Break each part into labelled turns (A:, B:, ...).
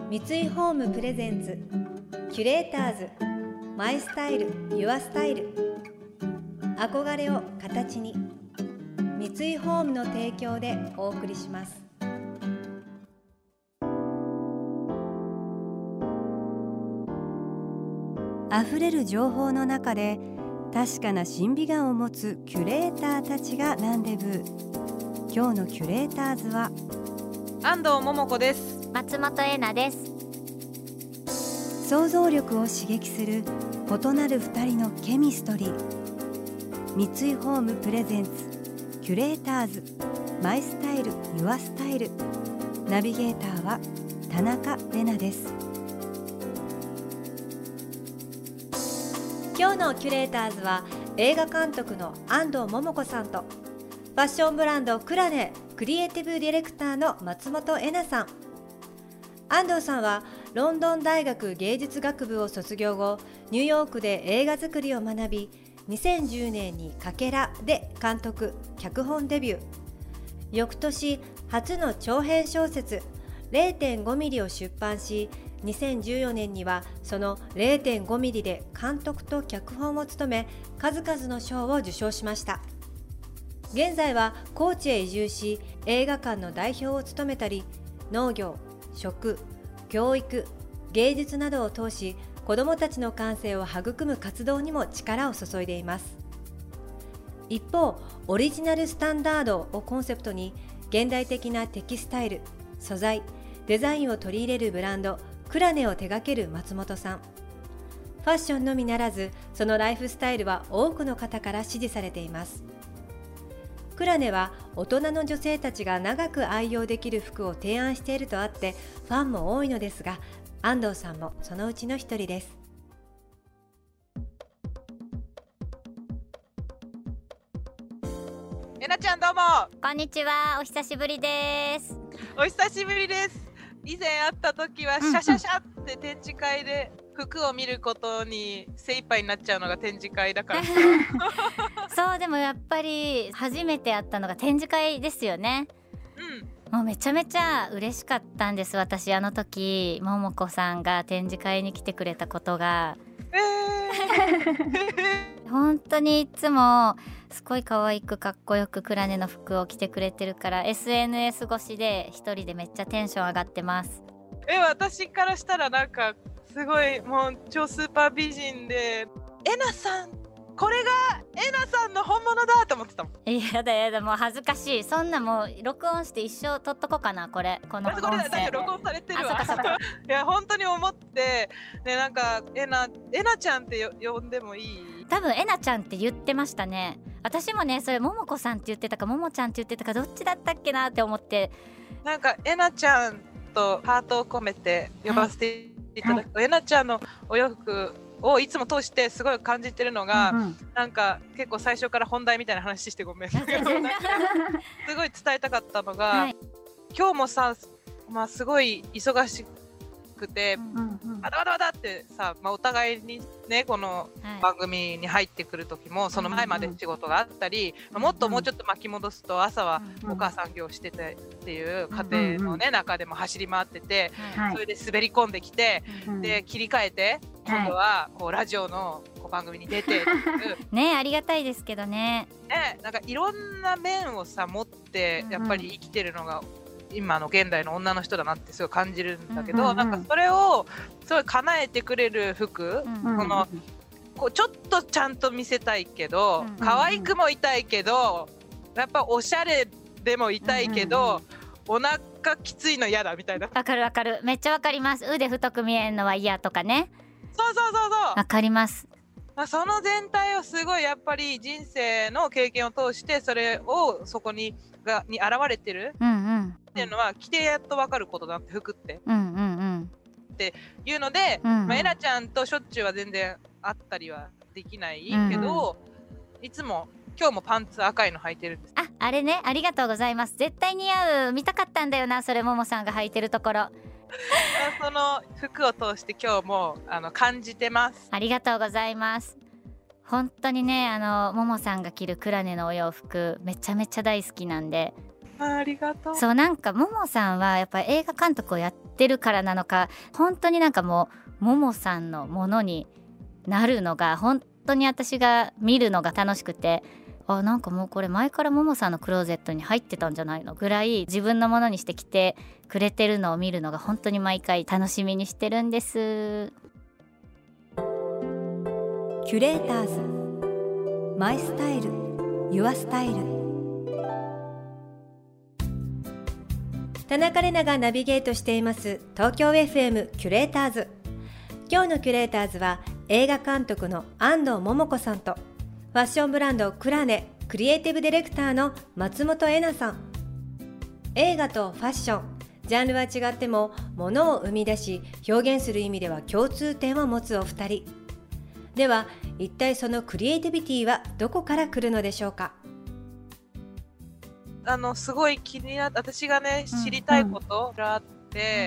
A: 三井ホームプレゼンツキュレーターズマイスタイルユアスタイル、憧れを形に、三井ホームの提供でお送りします。あふれる情報の中で確かな審美眼を持つキュレーターたちがランデブー。今日のキュレーターズは
B: 安藤桃子です。
C: 松本恵奈です。
A: 想像力を刺激する異なる2人のケミストリー。三井ホームプレゼンツキュレーターズマイスタイルユアスタイル、ナビゲーターは田中れなです。今日のキュレーターズは映画監督の安藤桃子さんとファッションブランドクラネクリエイティブディレクターの松本恵奈さん。安藤さんはロンドン大学芸術学部を卒業後、ニューヨークで映画作りを学び、2010年にかけらで監督・脚本デビュー。翌年初の長編小説 0.5 ミリを出版し、2014年にはその 0.5 ミリで監督と脚本を務め、数々の賞を受賞しました。現在は高知へ移住し、映画館の代表を務めたり、農業、食、教育、芸術などを通し、子どもたちの感性を育む活動にも力を注いでいます。一方、オリジナルスタンダードをコンセプトに、現代的なテキスタイル、素材、デザインを取り入れるブランドクラネを手掛ける松本さん。ファッションのみならず、そのライフスタイルは多くの方から支持されています。クラネは大人の女性たちが長く愛用できる服を提案しているとあって、ファンも多いのですが、安藤さんもそのうちの一人です。
B: えなちゃん、どうも
C: こんにちは、お久しぶりです。
B: お久しぶりです。以前会った時はシャシャシャって展示会で服を見ることに精一杯になっちゃうのが展示会だから
C: そう、でもやっぱり初めて会ったのが展示会ですよね。もうめちゃめちゃ嬉しかったんです。私あの時桃子さんが展示会に来てくれたことが、本当にいつもすごい可愛くかっこよくクラネの服を着てくれてるから、 SNS 越しで一人でめっちゃテンション上がってます。
B: 私からしたらなんかすごいもう超スーパー美人で、えなさん、これがえなさんの本物だと思ってたもん。
C: やだやだ、もう恥ずかしい。そんなもう録音して一生撮っとこうかな、この音声。
B: だって録音されてるわ。
C: あ、そっかそっか
B: いや本当に思ってね、なんかえなちゃんって呼んでもいい？
C: 多分えなちゃんって言ってましたね。私もね、それももこさんって言ってたかももちゃんって言ってたかどっちだったっけなって思って、
B: なんかえなちゃんとハートを込めて呼ばせていただくと、えなちゃんのお洋服をいつも通してすごい感じてるのが、なんか結構最初から本題みたいな話してごめんすごい伝えたかったのが、今日もさ、すごい忙しくて、バタバタバタってさ、お互いにね、この番組に入ってくる時もその前まで仕事があったり、もうちょっと巻き戻すと朝はお母さん業しててっていう家庭のね、中でも走り回ってて、それで滑り込んできて、で切り替えて今度はこうラジオの番組に出てっていう
C: ね、ありがたいですけどね。
B: なんかいろんな面をさ持ってやっぱり生きてるのが今の現代の女の人だなってすごい感じるんだけど、なんかそれをすごい叶えてくれる服、こうちょっとちゃんと見せたいけど、可愛くもいたいけど、やっぱおしゃれでもいたいけど、お腹きついの嫌だみたいな。
C: わかるわかる、めっちゃわかります。腕太く見えんのは嫌とかね。
B: そう
C: わかります。
B: その全体をすごいやっぱり人生の経験を通してそれをそこに現れてるっていうのは着てやっと分かることだって、服ってっていうので、えなちゃんとしょっちゅうは全然会ったりはできないけど、いつも今日もパンツ赤いの履いてるんです。
C: あれね、ありがとうございます。絶対似合う、見たかったんだよな、それももさんが履いてるところ
B: その服を通して今日も感じてます。
C: ありがとうございます。本当にね、ももさんが着るクラネのお洋服めちゃめちゃ大好きなんで、
B: ありがとう。
C: そうなんかももさんはやっぱり映画監督をやってるからなのか、本当になんかもうももさんのものになるのが本当に私が見るのが楽しくて、なんかもうこれ前からももさんのクローゼットに入ってたんじゃないのぐらい自分のものにしてきてくれてるのを見るのが本当に毎回楽しみにしてるんです。
A: キュレーターズマイスタイルユアスタイル。田中れながナビゲートしています東京 FM キュレーターズ。今日のキュレーターズは映画監督の安藤桃子さんとファッションブランドクラネクリエイティブディレクターの松本恵奈さん。映画とファッション、ジャンルは違っても物を生み出し表現する意味では共通点を持つお二人では、一体そのクリエイティビティはどこから来るのでしょうか。
B: すごい気になって、私がね知りたいことがあって、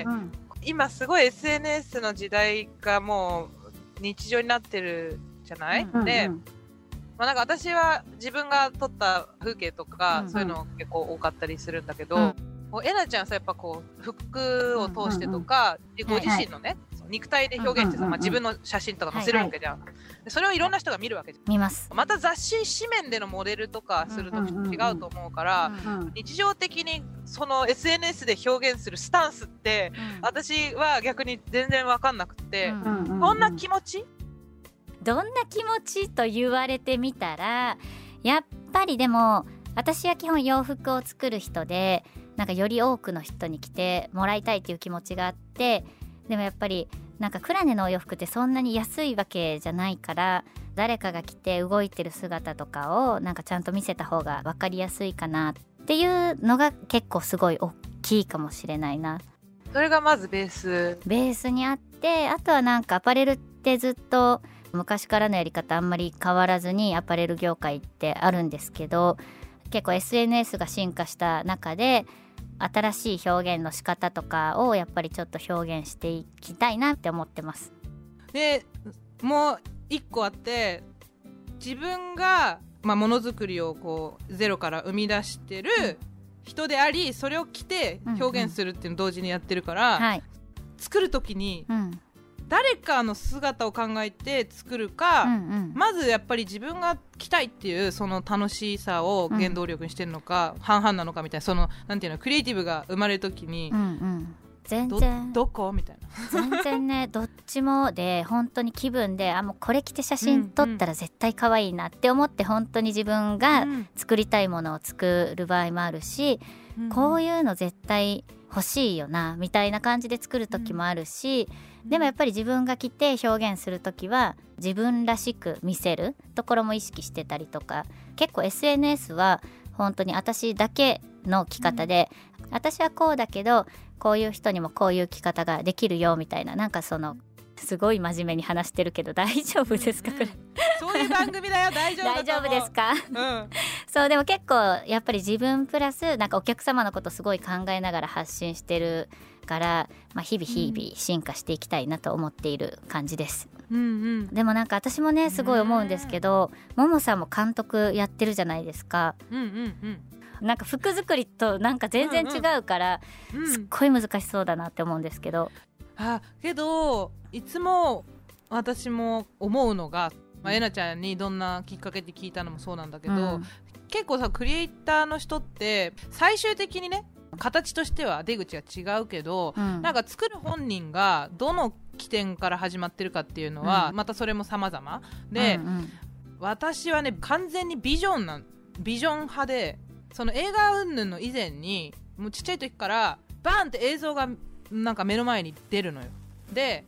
B: 今すごい SNS の時代がもう日常になってるじゃない、で、なんか私は自分が撮った風景とか、そういうの結構多かったりするんだけど、えなちゃんさ、やっぱこう服を通してとか、ご自身のね、肉体で表現してさ、自分の写真とか載せるわけじゃん、でそれをいろんな人が見るわけじゃん。
C: 見ます。
B: また雑誌紙面でのモデルとかすると違うと思うから、日常的にその SNS で表現するスタンスって、私は逆に全然分かんなくて、どんな気持ち？
C: どんな気持ちと言われてみたら、やっぱりでも私は基本洋服を作る人で、なんかより多くの人に着てもらいたいっていう気持ちがあって、でもやっぱりなんかクラネのお洋服ってそんなに安いわけじゃないから、誰かが着て動いてる姿とかをなんかちゃんと見せた方が分かりやすいかなっていうのが結構すごい大きいかもしれないな。
B: それがまずベース
C: にあって、あとはなんかアパレルってずっと昔からのやり方あんまり変わらずにアパレル業界ってあるんですけど、結構 SNS が進化した中で新しい表現の仕方とかをやっぱりちょっと表現していきたいなって思ってます。
D: でもう一個あって、自分がものづくりをこうゼロから生み出してる人であり、それを着て表現するっていうのを同時にやってるから、作る時に誰かの姿を考えて作るか、まずやっぱり自分が着たいっていうその楽しさを原動力にしてるのか、半々なのかみたいな、そのなんていうの、クリエイティブが生まれる時に、
C: 全然
D: どこみたいな
C: 全然ねどっちもで、本当に気分でもうこれ着て写真撮ったら絶対可愛いなって思って、本当に自分が作りたいものを作る場合もあるし、こういうの絶対欲しいよなみたいな感じで作る時もあるし、でもやっぱり自分が着て表現する時は自分らしく見せるところも意識してたりとか、結構 SNS は本当に私だけの着方で、私はこうだけどこういう人にもこういう着方ができるよみたいな、なんかそのすごい真面目に話してるけど大丈夫ですか、これ
D: そういう番組だよ、大丈夫だと思う。
C: 大丈夫ですか、そうでも結構やっぱり自分プラスなんかお客様のことすごい考えながら発信してるから、日々進化していきたいなと思っている感じです、でもなんか私もねすごい思うんですけど、ももさんも監督やってるじゃないですか、なんか服作りとなんか全然違うから、すっごい難しそうだなって思うんですけど、
D: けどいつも私も思うのが、えなちゃんにどんなきっかけで聞いたのもそうなんだけど、結構さクリエイターの人って最終的にね形としては出口が違うけど、なんか作る本人がどの起点から始まってるかっていうのは、またそれも様々で、私はね完全にビジョン派で、その映画云々の以前にもうちっちゃい時からバーンって映像がなんか目の前に出るのよ。で、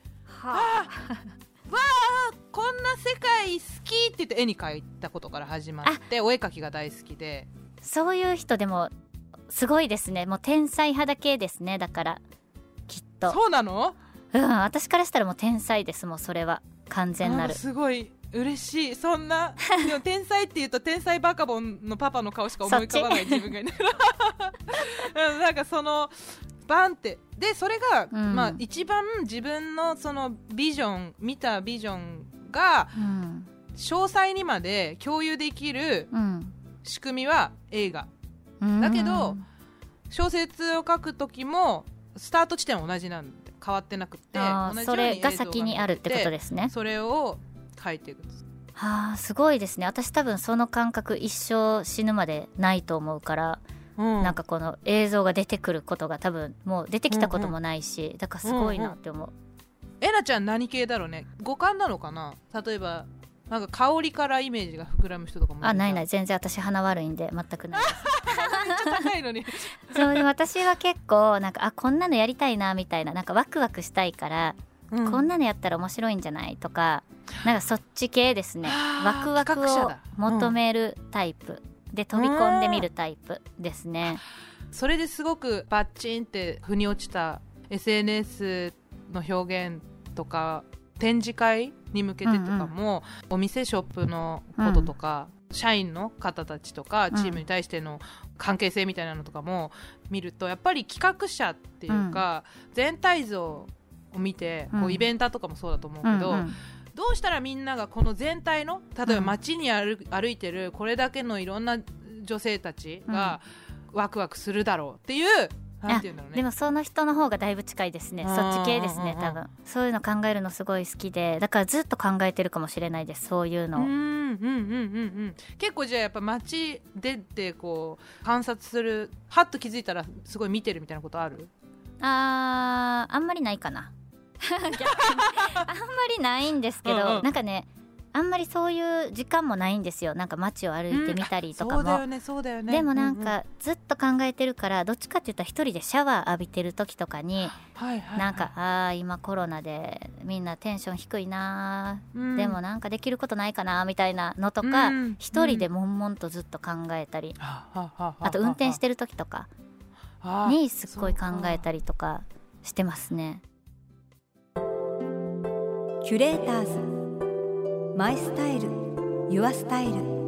D: こんな世界好きって言って絵に描いたことから始まって、お絵描きが大好きで。
C: そういう人でもすごいですね。もう天才派だけですね。だからきっと。
D: そうなの？
C: 私からしたらもう天才です。もうそれは完全なる。
D: すごい嬉しい。そんなでも天才って言うと天才バカボンのパパの顔しか思い浮かばない自分がいないなんかそのバンってで、それが、一番自分のその見たビジョンが、詳細にまで共有できる仕組みは映画、だけど小説を書く時もスタート地点は同じなんで変わってなくて、同じ
C: それが先にあるってことですね。
D: それを書いていく。
C: すごいですね。私多分その感覚一生死ぬまでないと思うから、なんかこの映像が出てくることが多分もう出てきたこともないし、だからすごいなって思う。
D: えなちゃん何系だろうね。五感なのかな。例えばなんか香りからイメージが膨らむ人とかもいる。
C: ない全然私鼻悪いんで全くないです
D: めっちゃ高いのに
C: そうで私は結構なんかこんなのやりたいなみたいな、なんかワクワクしたいから、こんなのやったら面白いんじゃないとか、なんかそっち系ですね。ワクワクを求めるタイプ、で飛び込んでみるタイプですね。
D: それですごくバッチンって腑に落ちた SNS の表現とか展示会に向けてとかも、お店ショップのこととか、社員の方たちとかチームに対しての関係性みたいなのとかも見ると、やっぱり企画者っていうか、全体像を見て、こうイベンターとかもそうだと思うけど、どうしたらみんながこの全体の、例えば街に歩いてるこれだけのいろんな女性たちがワクワクするだろうっていう、なんていうんだろうね。
C: でもその人の方がだいぶ近いですね。そっち系ですね。多分そういうの考えるのすごい好きで、だからずっと考えてるかもしれないです、そういうのを。
D: 結構じゃあやっぱ街出てこう観察する、はっと気づいたらすごい見てるみたいなことある？
C: あんまりないかな逆にあんまりないんですけど、なんかね、あんまりそういう時間もないんですよ。なんか街を歩いてみたりとかも、
D: そうだよね。
C: でもなんかずっと考えてるから、どっちかって言ったら一人でシャワー浴びてる時とかに、なんか今コロナでみんなテンション低いな、でもなんかできることないかなみたいなのとか、一人で悶々とずっと考えたり、あと運転してる時とかにすっごい考えたりとかしてますね。
A: キュレーターズマイスタイルユアスタイル。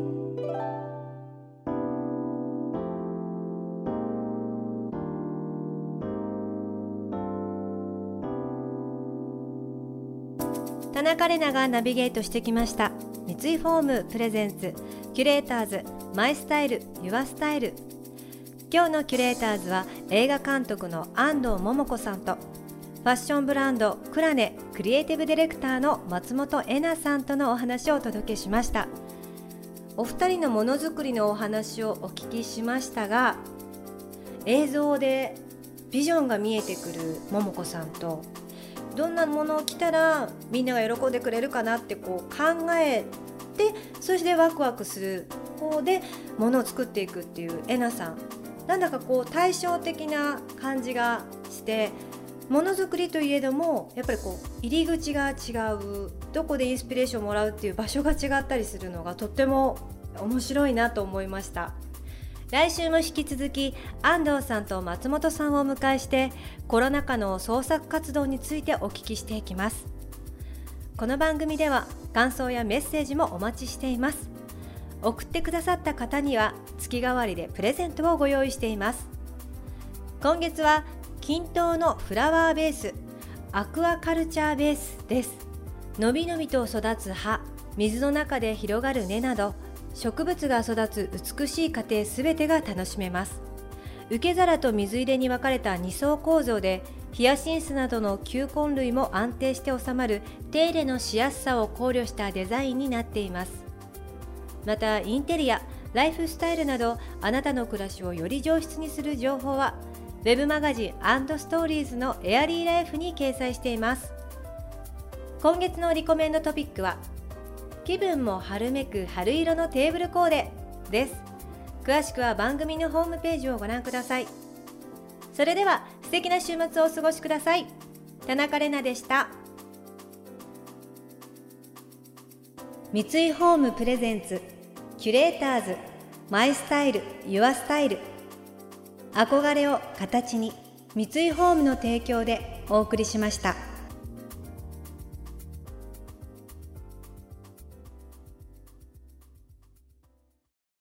A: 田中れながナビゲートしてきました。三井フォームプレゼンツキュレーターズマイスタイルユアスタイル。今日のキュレーターズは映画監督の安藤桃子さんと、ファッションブランドクラネクリエイティブディレクターの松本恵那さんとのお話をお届けしました。お二人のものづくりのお話をお聞きしましたが、映像でビジョンが見えてくる桃子さんと、どんなものを着たらみんなが喜んでくれるかなってこう考えて、そしてワクワクする方でものを作っていくっていう恵那さん、なんだかこう対照的な感じがして、ものづくりといえどもやっぱりこう入り口が違う、どこでインスピレーションをもらうっていう場所が違ったりするのがとっても面白いなと思いました。来週も引き続き安藤さんと松本さんをお迎えして、コロナ禍の創作活動についてお聞きしていきます。この番組では感想やメッセージもお待ちしています。送ってくださった方には月替わりでプレゼントをご用意しています。今月は均等のフラワーベースアクアカルチャーベースです。のびのびと育つ葉、水の中で広がる根など、植物が育つ美しい過程すべてが楽しめます。受け皿と水入れに分かれた2層構造で、ヒヤシンスなどの球根類も安定して収まる手入れのしやすさを考慮したデザインになっています。またインテリア、ライフスタイルなど、あなたの暮らしをより上質にする情報はウェブマガジン&ストーリーズのエアリーライフに掲載しています。今月のリコメンドトピックは、気分も春めく春色のテーブルコーデです。詳しくは番組のホームページをご覧ください。それでは素敵な週末をお過ごしください。田中れなでした。三井ホームプレゼンツキュレーターズマイスタイルユアスタイル。憧れを形に、三井ホームの提供でお送りしました。